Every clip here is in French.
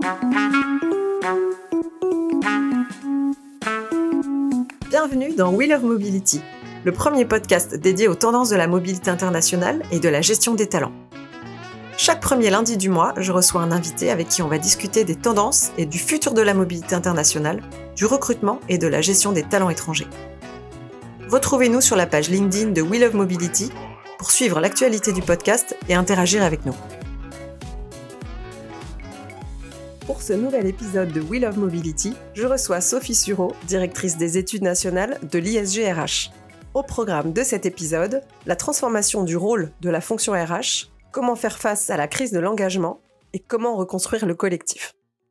Bienvenue dans We Love Mobility, le premier podcast dédié aux tendances de la mobilité internationale et de la gestion des talents. Chaque premier lundi du mois, je reçois un invité avec qui on va discuter des tendances et du futur de la mobilité internationale, du recrutement et de la gestion des talents étrangers. Retrouvez-nous sur la page LinkedIn de We Love Mobility pour suivre l'actualité du podcast et interagir avec nous. Pour ce nouvel épisode de We Love Mobility, je reçois Sophie Sureau, directrice des études nationales de l'ISG RH. Au programme de cet épisode, la transformation du rôle de la fonction RH, comment faire face à la crise de l'engagement et comment reconstruire le collectif.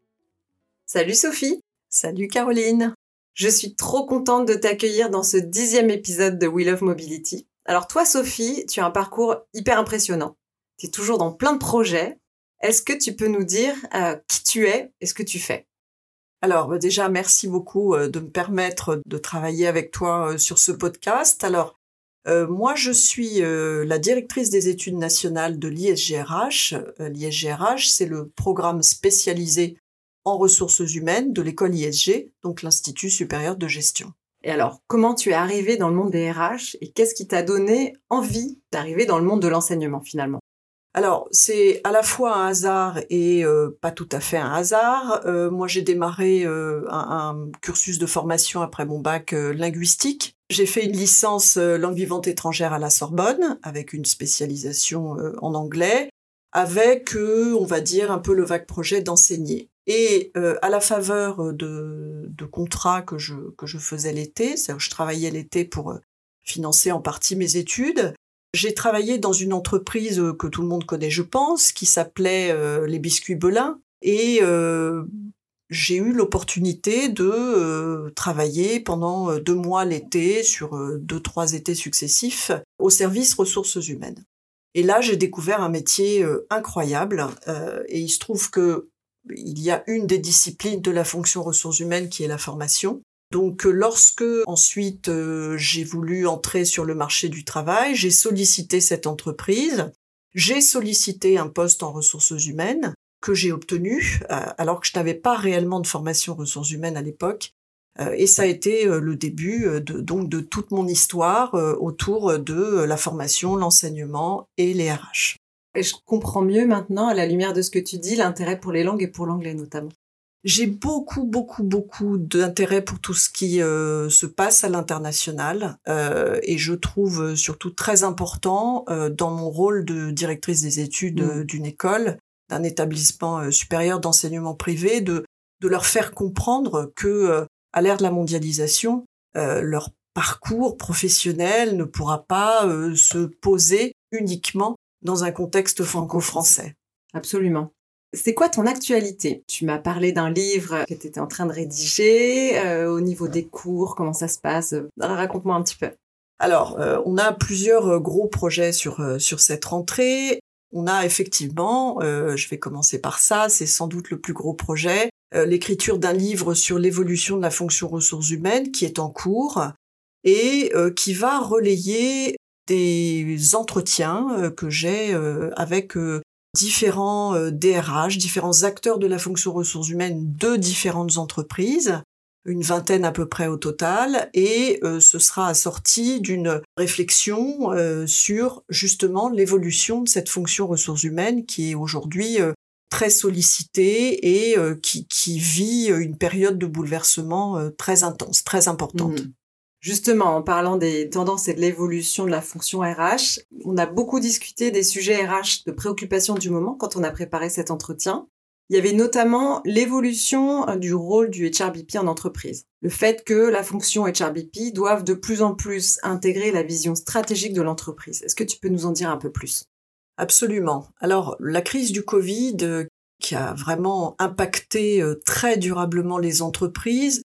Salut Sophie. Salut Caroline. Je suis trop contente de t'accueillir dans ce 10e épisode de We Love Mobility. Alors toi Sophie, tu as un parcours hyper impressionnant. Tu es toujours dans plein de projets. Est-ce que tu peux nous dire qui tu es et ce que tu fais ? Alors déjà, merci beaucoup de me permettre de travailler avec toi sur ce podcast. Alors, moi, je suis la directrice des études nationales de l'ISG-RH. L'ISG-RH, c'est le programme spécialisé en ressources humaines de l'école ISG, donc l'Institut supérieur de gestion. Et alors, comment tu es arrivée dans le monde des RH et qu'est-ce qui t'a donné envie d'arriver dans le monde de l'enseignement finalement ? Alors, c'est à la fois un hasard et pas tout à fait un hasard. Moi, j'ai démarré un cursus de formation après mon bac linguistique. J'ai fait une licence langue vivante étrangère à la Sorbonne, avec une spécialisation en anglais, avec, on va dire, un peu le vague projet d'enseigner. Et à la faveur de contrats que je faisais l'été, c'est-à-dire que je travaillais l'été pour financer en partie mes études, j'ai travaillé dans une entreprise que tout le monde connaît, je pense, qui s'appelait les Biscuits Belin. Et j'ai eu l'opportunité de travailler pendant 2 mois l'été, sur 2-3 étés successifs, au service ressources humaines. Et là, j'ai découvert un métier incroyable. Et il se trouve que il y a une des disciplines de la fonction ressources humaines qui est la formation. Donc lorsque ensuite j'ai voulu entrer sur le marché du travail, j'ai sollicité cette entreprise, j'ai sollicité un poste en ressources humaines que j'ai obtenu alors que je n'avais pas réellement de formation ressources humaines à l'époque. Et ça a été le début de toute mon histoire autour de la formation, l'enseignement et les RH. Et je comprends mieux maintenant, à la lumière de ce que tu dis, l'intérêt pour les langues et pour l'anglais notamment. J'ai beaucoup d'intérêt pour tout ce qui se passe à l'international et je trouve surtout très important dans mon rôle de directrice des études d'une école, d'un établissement supérieur d'enseignement privé, de leur faire comprendre que à l'ère de la mondialisation, leur parcours professionnel ne pourra pas se poser uniquement dans un contexte franco-français. Absolument. C'est quoi ton actualité ? Tu m'as parlé d'un livre que tu étais en train de rédiger, au niveau des cours, comment ça se passe ? Raconte-moi un petit peu. Alors, on a plusieurs gros projets sur cette rentrée. On a effectivement, je vais commencer par ça, c'est sans doute le plus gros projet, l'écriture d'un livre sur l'évolution de la fonction ressources humaines qui est en cours et qui va relayer des entretiens que j'ai avec différents DRH, différents acteurs de la fonction ressources humaines de différentes entreprises, une vingtaine à peu près au total, et ce sera assorti d'une réflexion sur justement l'évolution de cette fonction ressources humaines qui est aujourd'hui très sollicitée et qui vit une période de bouleversement très intense, très importante. Justement, en parlant des tendances et de l'évolution de la fonction RH, on a beaucoup discuté des sujets RH de préoccupation du moment quand on a préparé cet entretien. Il y avait notamment l'évolution du rôle du HRBP en entreprise. Le fait que la fonction HRBP doive de plus en plus intégrer la vision stratégique de l'entreprise. Est-ce que tu peux nous en dire un peu plus ? Absolument. Alors, la crise du Covid, qui a vraiment impacté très durablement les entreprises,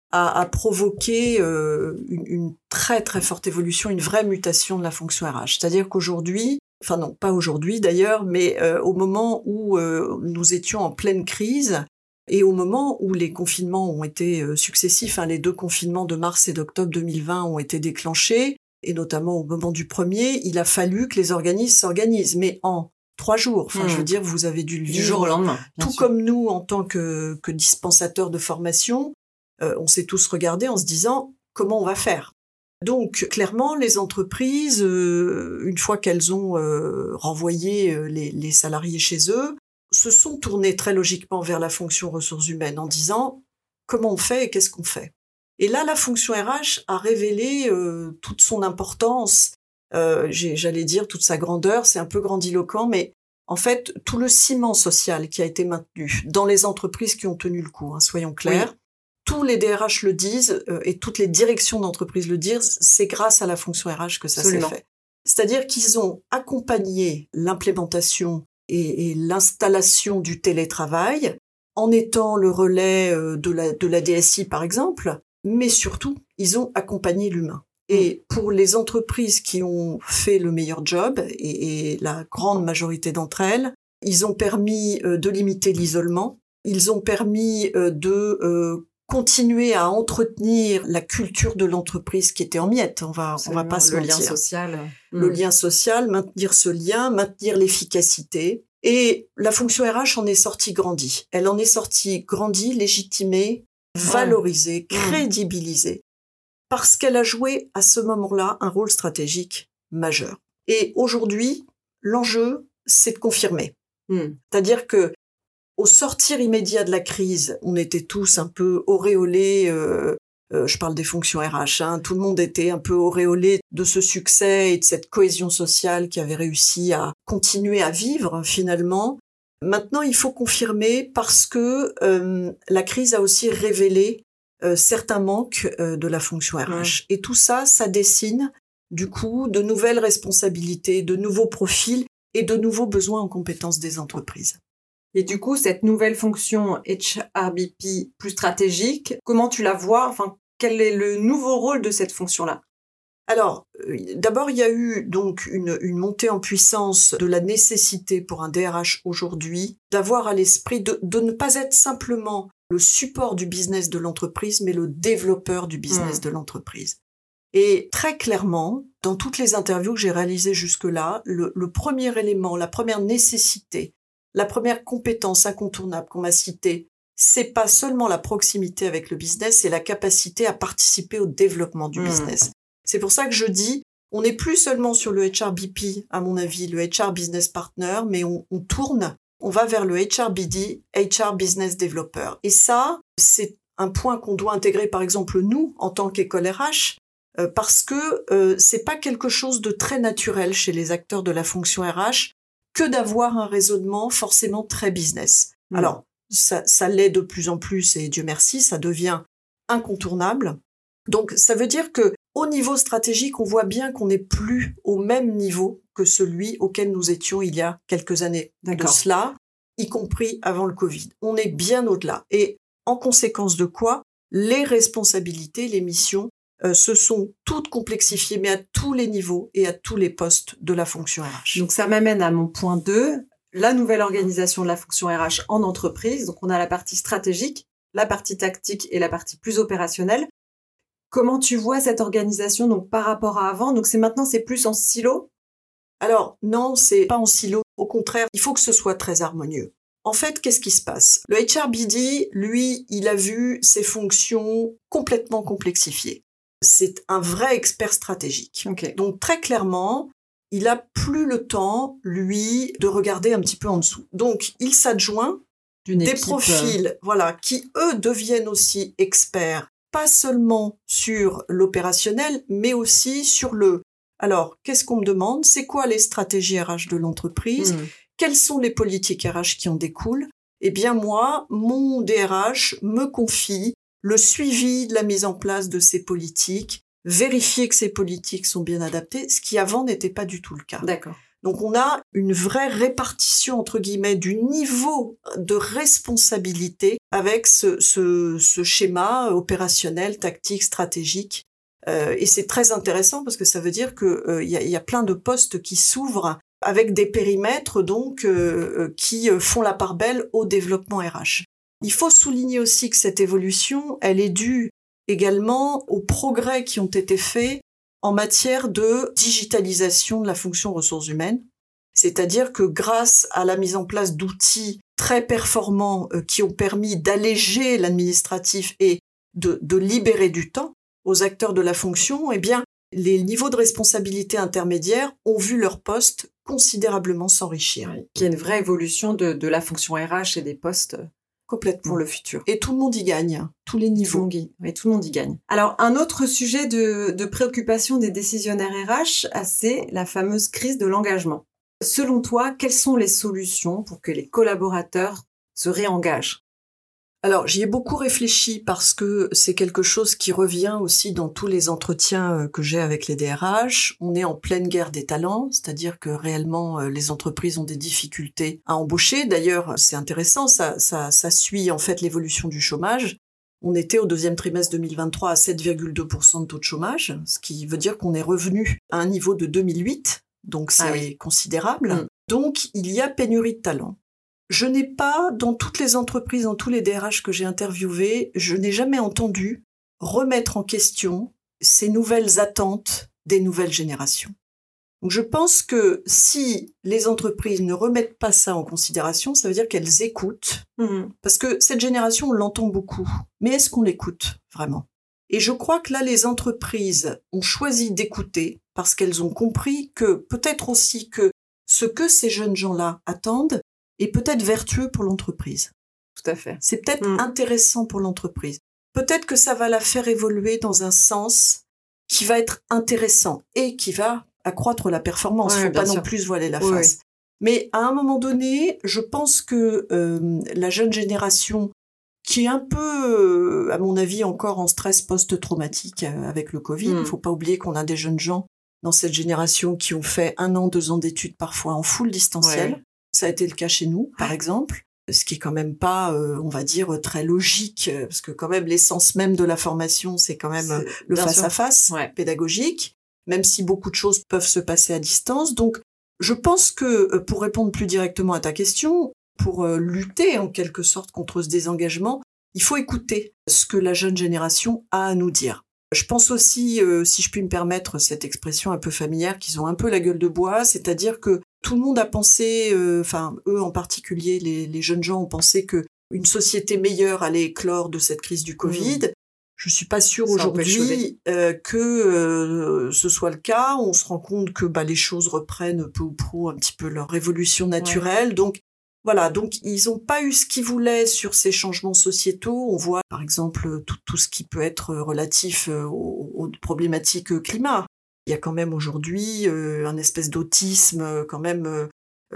a provoqué une très très forte évolution, une vraie mutation de la fonction RH. C'est-à-dire qu'aujourd'hui, enfin non, pas aujourd'hui d'ailleurs, mais au moment où nous étions en pleine crise et au moment où les confinements ont été successifs, les 2 confinements de mars et d'octobre 2020 ont été déclenchés, et notamment au moment du premier, il a fallu que les organismes s'organisent, mais en 3 jours. Enfin, je veux dire, vous avez dû le vivre du jour au lendemain. Tout sûr. Comme nous, en tant que dispensateurs de formation, on s'est tous regardés en se disant comment on va faire. Donc, clairement, les entreprises, une fois qu'elles ont renvoyé les salariés chez eux, se sont tournées très logiquement vers la fonction ressources humaines en disant comment on fait et qu'est-ce qu'on fait. Et là, la fonction RH a révélé toute son importance, j'allais dire toute sa grandeur, c'est un peu grandiloquent, mais en fait, tout le ciment social qui a été maintenu dans les entreprises qui ont tenu le coup, soyons clairs, oui. Tous les DRH le disent et toutes les directions d'entreprise le disent, c'est grâce à la fonction RH que ça Absolument. S'est fait. C'est-à-dire qu'ils ont accompagné l'implémentation et l'installation du télétravail en étant le relais de la DSI par exemple, mais surtout, ils ont accompagné l'humain. Et pour les entreprises qui ont fait le meilleur job, et la grande majorité d'entre elles, ils ont permis de limiter l'isolement, ils ont permis de continuer à entretenir la culture de l'entreprise qui était en miettes. On va pas se mentir. Le lien social. Le lien social, maintenir ce lien, maintenir l'efficacité. Et la fonction RH en est sortie grandie. Elle en est sortie grandie, légitimée, valorisée, crédibilisée. Parce qu'elle a joué à ce moment-là un rôle stratégique majeur. Et aujourd'hui, l'enjeu, c'est de confirmer. C'est-à-dire que au sortir immédiat de la crise, on était tous un peu auréolés, je parle des fonctions RH, tout le monde était un peu auréolé de ce succès et de cette cohésion sociale qui avait réussi à continuer à vivre finalement. Maintenant, il faut confirmer parce que la crise a aussi révélé certains manques de la fonction RH. Et tout ça, ça dessine du coup de nouvelles responsabilités, de nouveaux profils et de nouveaux besoins en compétences des entreprises. Et du coup, cette nouvelle fonction HRBP plus stratégique, comment tu la vois ? Enfin, quel est le nouveau rôle de cette fonction-là ? Alors, d'abord, il y a eu donc une montée en puissance de la nécessité pour un DRH aujourd'hui d'avoir à l'esprit de ne pas être simplement le support du business de l'entreprise, mais le développeur du business de l'entreprise. Et très clairement, dans toutes les interviews que j'ai réalisées jusque-là, le premier élément, la première nécessité, la première compétence incontournable qu'on m'a citée, c'est pas seulement la proximité avec le business, c'est la capacité à participer au développement du business. C'est pour ça que je dis, on n'est plus seulement sur le HRBP, à mon avis, le HR Business Partner, mais on tourne, on va vers le HRBD, HR Business Developer. Et ça, c'est un point qu'on doit intégrer, par exemple, nous, en tant qu'école RH, parce que c'est pas quelque chose de très naturel chez les acteurs de la fonction RH, que d'avoir un raisonnement forcément très business. Alors, ça l'est de plus en plus et Dieu merci, ça devient incontournable. Donc, ça veut dire que au niveau stratégique, on voit bien qu'on n'est plus au même niveau que celui auquel nous étions il y a quelques années de cela, y compris avant le Covid. On est bien au-delà. Et en conséquence de quoi, les responsabilités, les missions se sont toutes complexifiées, mais à tous les niveaux et à tous les postes de la fonction RH. Donc ça m'amène à mon point 2, la nouvelle organisation de la fonction RH en entreprise. Donc on a la partie stratégique, la partie tactique et la partie plus opérationnelle. Comment tu vois cette organisation donc par rapport à avant ? Donc c'est plus en silo ? Alors non, c'est pas en silo. Au contraire, il faut que ce soit très harmonieux. En fait, qu'est-ce qui se passe ? Le HRBD, lui, il a vu ses fonctions complètement complexifiées. C'est un vrai expert stratégique. Okay. Donc très clairement, il a plus le temps, lui, de regarder un petit peu en dessous. Donc il s'adjoint des profils, qui eux deviennent aussi experts, pas seulement sur l'opérationnel, mais aussi sur le. Alors, qu'est-ce qu'on me demande ? C'est quoi les stratégies RH de l'entreprise ? Quelles sont les politiques RH qui en découlent ? Eh bien moi, mon DRH me confie le suivi de la mise en place de ces politiques, vérifier que ces politiques sont bien adaptées, ce qui avant n'était pas du tout le cas. D'accord. Donc on a une vraie répartition, entre guillemets, du niveau de responsabilité avec ce schéma opérationnel, tactique, stratégique. Et c'est très intéressant parce que ça veut dire que y a plein de postes qui s'ouvrent avec des périmètres donc qui font la part belle au développement RH. Il faut souligner aussi que cette évolution, elle est due également aux progrès qui ont été faits en matière de digitalisation de la fonction ressources humaines. C'est-à-dire que grâce à la mise en place d'outils très performants qui ont permis d'alléger l'administratif et de libérer du temps aux acteurs de la fonction, eh bien, les niveaux de responsabilité intermédiaires ont vu leur poste considérablement s'enrichir. Qu'il y a une vraie évolution de la fonction RH et des postes Complètement. pour le futur. Et tout le monde y gagne, tous les niveaux. Tout le monde y gagne. Alors, un autre sujet de préoccupation des décisionnaires RH, c'est la fameuse crise de l'engagement. Selon toi, quelles sont les solutions pour que les collaborateurs se réengagent ? Alors, j'y ai beaucoup réfléchi parce que c'est quelque chose qui revient aussi dans tous les entretiens que j'ai avec les DRH. On est en pleine guerre des talents, c'est-à-dire que réellement, les entreprises ont des difficultés à embaucher. D'ailleurs, c'est intéressant, ça suit en fait l'évolution du chômage. On était au deuxième trimestre 2023 à 7,2% de taux de chômage, ce qui veut dire qu'on est revenu à un niveau de 2008, donc c'est considérable. Donc, il y a pénurie de talents. Je n'ai pas, dans toutes les entreprises, dans tous les DRH que j'ai interviewés, je n'ai jamais entendu remettre en question ces nouvelles attentes des nouvelles générations. Donc je pense que si les entreprises ne remettent pas ça en considération, ça veut dire qu'elles écoutent. Parce que cette génération, on l'entend beaucoup. Mais est-ce qu'on l'écoute vraiment ? Et je crois que là, les entreprises ont choisi d'écouter parce qu'elles ont compris que peut-être aussi que ce que ces jeunes gens-là attendent est peut-être vertueux pour l'entreprise. Tout à fait. C'est peut-être intéressant pour l'entreprise. Peut-être que ça va la faire évoluer dans un sens qui va être intéressant et qui va accroître la performance. Faut pas non plus se voiler la face. Mais à un moment donné, je pense que la jeune génération, qui est un peu, à mon avis, encore en stress post-traumatique avec le Covid, il faut pas oublier qu'on a des jeunes gens dans cette génération qui ont fait 1 an, 2 ans d'études, parfois en full distanciel. Ça a été le cas chez nous, par exemple, ce qui est quand même pas, on va dire, très logique, parce que quand même l'essence même de la formation, c'est quand même le face-à-face pédagogique, même si beaucoup de choses peuvent se passer à distance. Donc, je pense que, pour répondre plus directement à ta question, pour lutter en quelque sorte contre ce désengagement, il faut écouter ce que la jeune génération a à nous dire. Je pense aussi, si je puis me permettre cette expression un peu familière, qu'ils ont un peu la gueule de bois, c'est-à-dire que tout le monde a pensé, eux en particulier, les jeunes gens ont pensé que une société meilleure allait éclore de cette crise du Covid. Je suis pas sûre aujourd'hui que ce soit le cas. On se rend compte que les choses reprennent peu ou prou un petit peu leur évolution naturelle. Donc voilà, donc ils ont pas eu ce qu'ils voulaient sur ces changements sociétaux. On voit par exemple tout ce qui peut être relatif aux problématiques climat. Il y a quand même aujourd'hui un espèce d'autisme quand même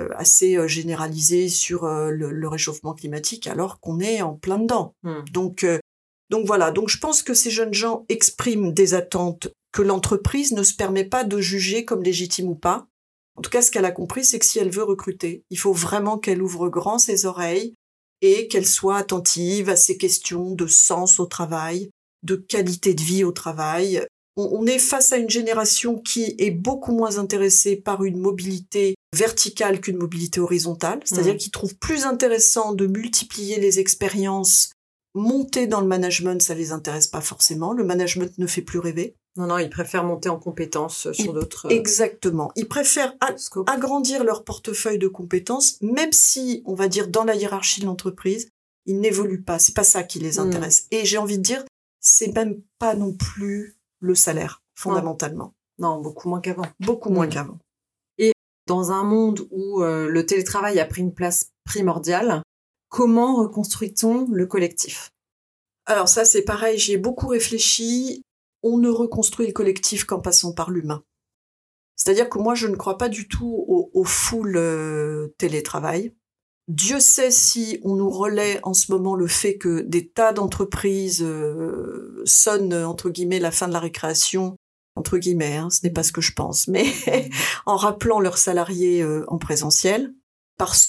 assez généralisé sur le réchauffement climatique alors qu'on est en plein dedans. Donc voilà, donc je pense que ces jeunes gens expriment des attentes que l'entreprise ne se permet pas de juger comme légitimes ou pas. En tout cas, ce qu'elle a compris, c'est que si elle veut recruter, il faut vraiment qu'elle ouvre grand ses oreilles et qu'elle soit attentive à ces questions de sens au travail, de qualité de vie au travail. On est face à une génération qui est beaucoup moins intéressée par une mobilité verticale qu'une mobilité horizontale, c'est-à-dire qui trouve plus intéressant de multiplier les expériences. Monter dans le management, ça les intéresse pas forcément. Le management ne fait plus rêver. Non, ils préfèrent monter en compétences sur d'autres... Exactement. Ils préfèrent agrandir leur portefeuille de compétences, même si, on va dire, dans la hiérarchie de l'entreprise, ils n'évoluent pas. C'est pas ça qui les intéresse. Et j'ai envie de dire, c'est même pas non plus le salaire, fondamentalement. Non, beaucoup moins qu'avant. Beaucoup moins qu'avant. Et dans un monde où le télétravail a pris une place primordiale, comment reconstruit-on le collectif ? Alors ça, c'est pareil, j'y ai beaucoup réfléchi. On ne reconstruit le collectif qu'en passant par l'humain. C'est-à-dire que moi, je ne crois pas du tout au full télétravail. Dieu sait si on nous relaie en ce moment le fait que des tas d'entreprises sonnent, entre guillemets, la fin de la récréation, entre guillemets, ce n'est pas ce que je pense, mais en rappelant leurs salariés en présentiel. Parce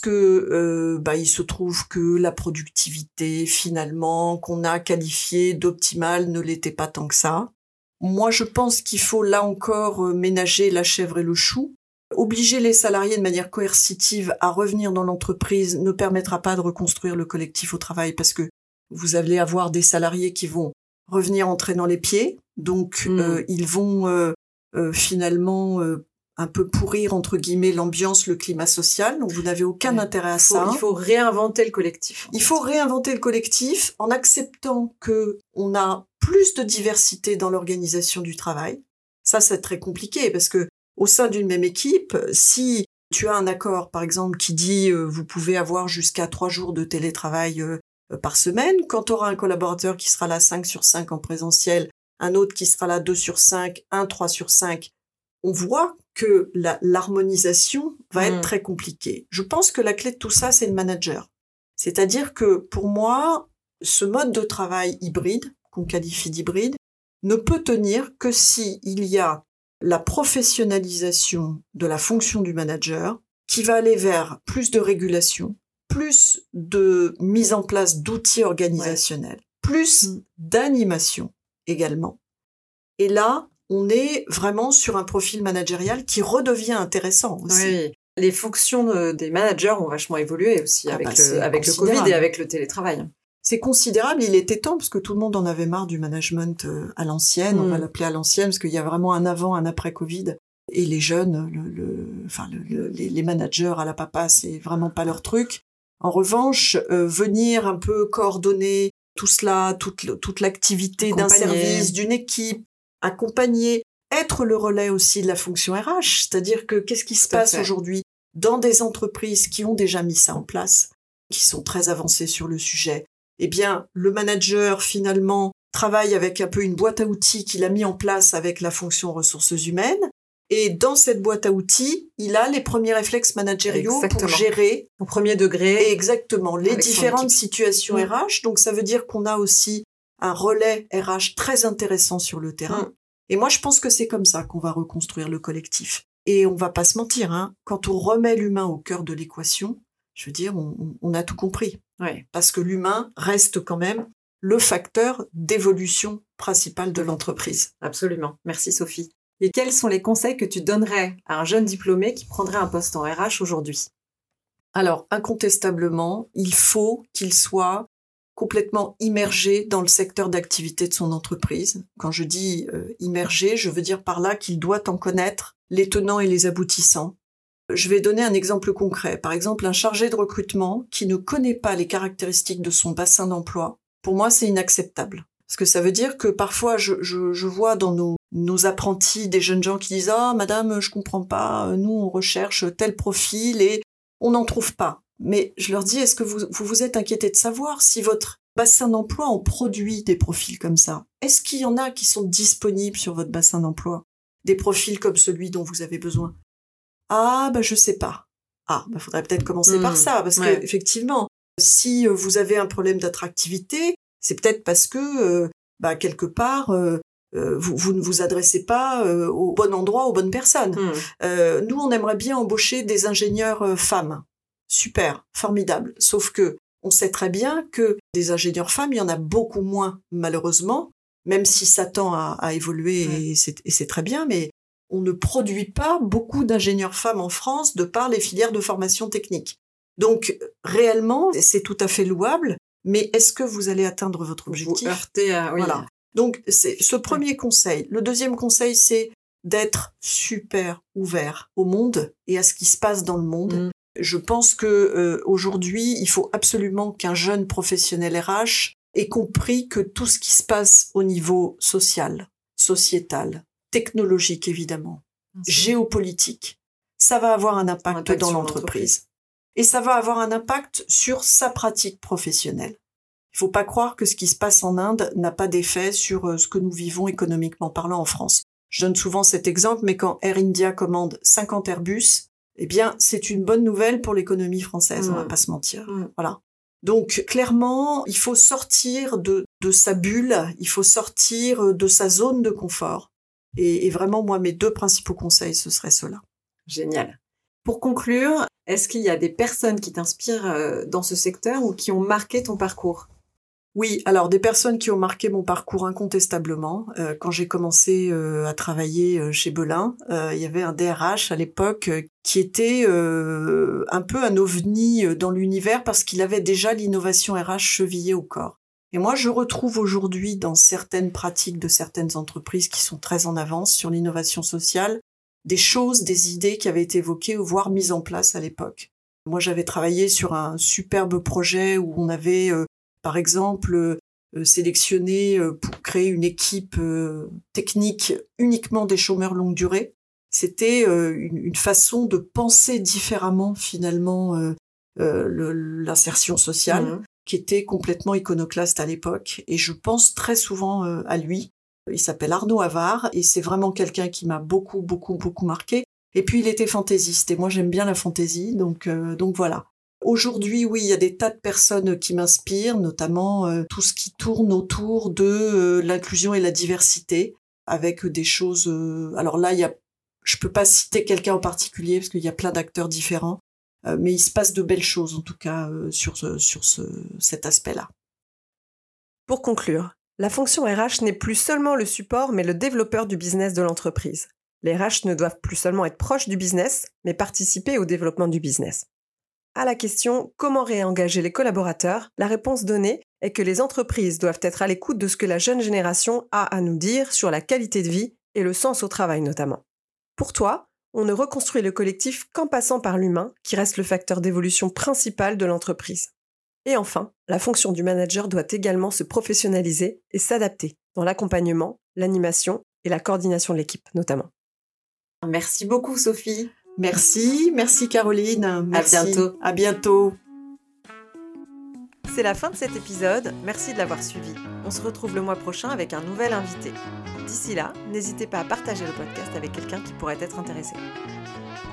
que il se trouve que la productivité, finalement, qu'on a qualifiée d'optimale ne l'était pas tant que ça. Moi, je pense qu'il faut, là encore, ménager la chèvre et le chou. Obliger les salariés de manière coercitive à revenir dans l'entreprise ne permettra pas de reconstruire le collectif au travail parce que vous allez avoir des salariés qui vont revenir en traînant les pieds. Donc, ils vont finalement un peu pourrir, entre guillemets, l'ambiance, le climat social. Donc, vous n'avez aucun intérêt à ça. Il faut réinventer le collectif. Il faut réinventer le collectif en acceptant que on a plus de diversité dans l'organisation du travail. Ça, c'est très compliqué parce que au sein d'une même équipe, si tu as un accord, par exemple, qui dit vous pouvez avoir jusqu'à 3 jours de télétravail par semaine, quand tu auras un collaborateur qui sera là 5 sur 5 en présentiel, un autre qui sera là 2 sur 5, un 3 sur 5, on voit que l'harmonisation va être très compliquée. Je pense que la clé de tout ça, c'est le manager. C'est-à-dire que pour moi, ce mode de travail hybride, qu'on qualifie d'hybride, ne peut tenir que si il y a la professionnalisation de la fonction du manager qui va aller vers plus de régulation, plus de mise en place d'outils organisationnels, plus d'animation également. Et là, on est vraiment sur un profil managérial qui redevient intéressant aussi. Oui. Les fonctions des managers ont vachement évolué aussi avec le Covid et avec le télétravail. C'est considérable, il était temps, parce que tout le monde en avait marre du management à l'ancienne, on va l'appeler à l'ancienne, parce qu'il y a vraiment un avant, un après Covid. Et les jeunes, les managers à la papa, c'est vraiment pas leur truc. En revanche, venir un peu coordonner tout cela, toute l'activité d'un service, d'une équipe, accompagner, être le relais aussi de la fonction RH, c'est-à-dire que qu'est-ce qui se passe aujourd'hui dans des entreprises qui ont déjà mis ça en place, qui sont très avancées sur le sujet. Eh bien, le manager, finalement, travaille avec un peu une boîte à outils qu'il a mis en place avec la fonction ressources humaines. Et dans cette boîte à outils, il a les premiers réflexes managériaux pour gérer au premier degré les différentes situations RH. Donc, ça veut dire qu'on a aussi un relais RH très intéressant sur le terrain. Et moi, je pense que c'est comme ça qu'on va reconstruire le collectif. Et on va pas se mentir, quand on remet l'humain au cœur de l'équation, je veux dire, on a tout compris. Ouais. Parce que l'humain reste quand même le facteur d'évolution principal de l'entreprise. Absolument. Merci Sophie. Et quels sont les conseils que tu donnerais à un jeune diplômé qui prendrait un poste en RH aujourd'hui ? Alors, incontestablement, il faut qu'il soit complètement immergé dans le secteur d'activité de son entreprise. Quand je dis immergé, je veux dire par là qu'il doit en connaître les tenants et les aboutissants. Je vais donner un exemple concret. Par exemple, un chargé de recrutement qui ne connaît pas les caractéristiques de son bassin d'emploi, pour moi, c'est inacceptable. Parce que ça veut dire que parfois, je vois dans nos apprentis des jeunes gens qui disent « Ah, madame, je comprends pas, nous, on recherche tel profil et on n'en trouve pas. » Mais je leur dis « Est-ce que vous vous êtes inquiété de savoir si votre bassin d'emploi en produit des profils comme ça? Est-ce qu'il y en a qui sont disponibles sur votre bassin d'emploi? Des profils comme celui dont vous avez besoin? » Ah, je sais pas. Ah, faudrait peut-être commencer par ça, parce que effectivement, si vous avez un problème d'attractivité, c'est peut-être parce que, quelque part, vous ne vous adressez pas au bon endroit, aux bonnes personnes. Nous, on aimerait bien embaucher des ingénieurs femmes. Super, formidable. Sauf que on sait très bien que des ingénieurs femmes, il y en a beaucoup moins, malheureusement, même si ça tend à évoluer et c'est très bien, mais on ne produit pas beaucoup d'ingénieurs femmes en France de par les filières de formation technique. Donc, réellement, c'est tout à fait louable, mais est-ce que vous allez atteindre votre objectif? Vous heurtez à... Oui. Voilà. Donc, c'est ce premier conseil. Le deuxième conseil, c'est d'être super ouvert au monde et à ce qui se passe dans le monde. Je pense que aujourd'hui, il faut absolument qu'un jeune professionnel RH ait compris que tout ce qui se passe au niveau social, sociétal, technologique évidemment, géopolitique, ça va avoir un impact dans l'entreprise. Et ça va avoir un impact sur sa pratique professionnelle. Il faut pas croire que ce qui se passe en Inde n'a pas d'effet sur ce que nous vivons économiquement parlant en France. Je donne souvent cet exemple, mais quand Air India commande 50 Airbus, eh bien, c'est une bonne nouvelle pour l'économie française, on va pas se mentir. Voilà. Donc, clairement, il faut sortir de sa bulle, il faut sortir de sa zone de confort. Et vraiment, moi, mes 2 principaux conseils, ce serait cela. Génial. Pour conclure, est-ce qu'il y a des personnes qui t'inspirent dans ce secteur ou qui ont marqué ton parcours ? Oui, alors des personnes qui ont marqué mon parcours incontestablement. Quand j'ai commencé à travailler chez Belin, il y avait un DRH à l'époque qui était un peu un ovni dans l'univers parce qu'il avait déjà l'innovation RH chevillée au corps. Et moi, je retrouve aujourd'hui dans certaines pratiques de certaines entreprises qui sont très en avance sur l'innovation sociale, des choses, des idées qui avaient été évoquées, voire mises en place à l'époque. Moi, j'avais travaillé sur un superbe projet où on avait, par exemple, sélectionné pour créer une équipe technique uniquement des chômeurs longue durée. C'était une façon de penser différemment, finalement, l'insertion sociale, qui était complètement iconoclaste à l'époque. Et je pense très souvent à lui. Il s'appelle Arnaud Havard et c'est vraiment quelqu'un qui m'a beaucoup marqué. Et puis il était fantaisiste et moi j'aime bien la fantaisie, donc voilà. Aujourd'hui, oui, il y a des tas de personnes qui m'inspirent, notamment tout ce qui tourne autour de l'inclusion et la diversité, avec des choses. Alors là, je peux pas citer quelqu'un en particulier parce qu'il y a plein d'acteurs différents, mais il se passe de belles choses en tout cas sur cet aspect-là. Pour conclure, la fonction RH n'est plus seulement le support, mais le développeur du business de l'entreprise. Les RH ne doivent plus seulement être proches du business, mais participer au développement du business. À la question « Comment réengager les collaborateurs ?», la réponse donnée est que les entreprises doivent être à l'écoute de ce que la jeune génération a à nous dire sur la qualité de vie et le sens au travail notamment. Pour toi, on ne reconstruit le collectif qu'en passant par l'humain, qui reste le facteur d'évolution principal de l'entreprise. Et enfin, la fonction du manager doit également se professionnaliser et s'adapter dans l'accompagnement, l'animation et la coordination de l'équipe notamment. Merci beaucoup Sophie. Merci Caroline. Merci. À bientôt. C'est la fin de cet épisode, merci de l'avoir suivi. On se retrouve le mois prochain avec un nouvel invité. D'ici là, n'hésitez pas à partager le podcast avec quelqu'un qui pourrait être intéressé.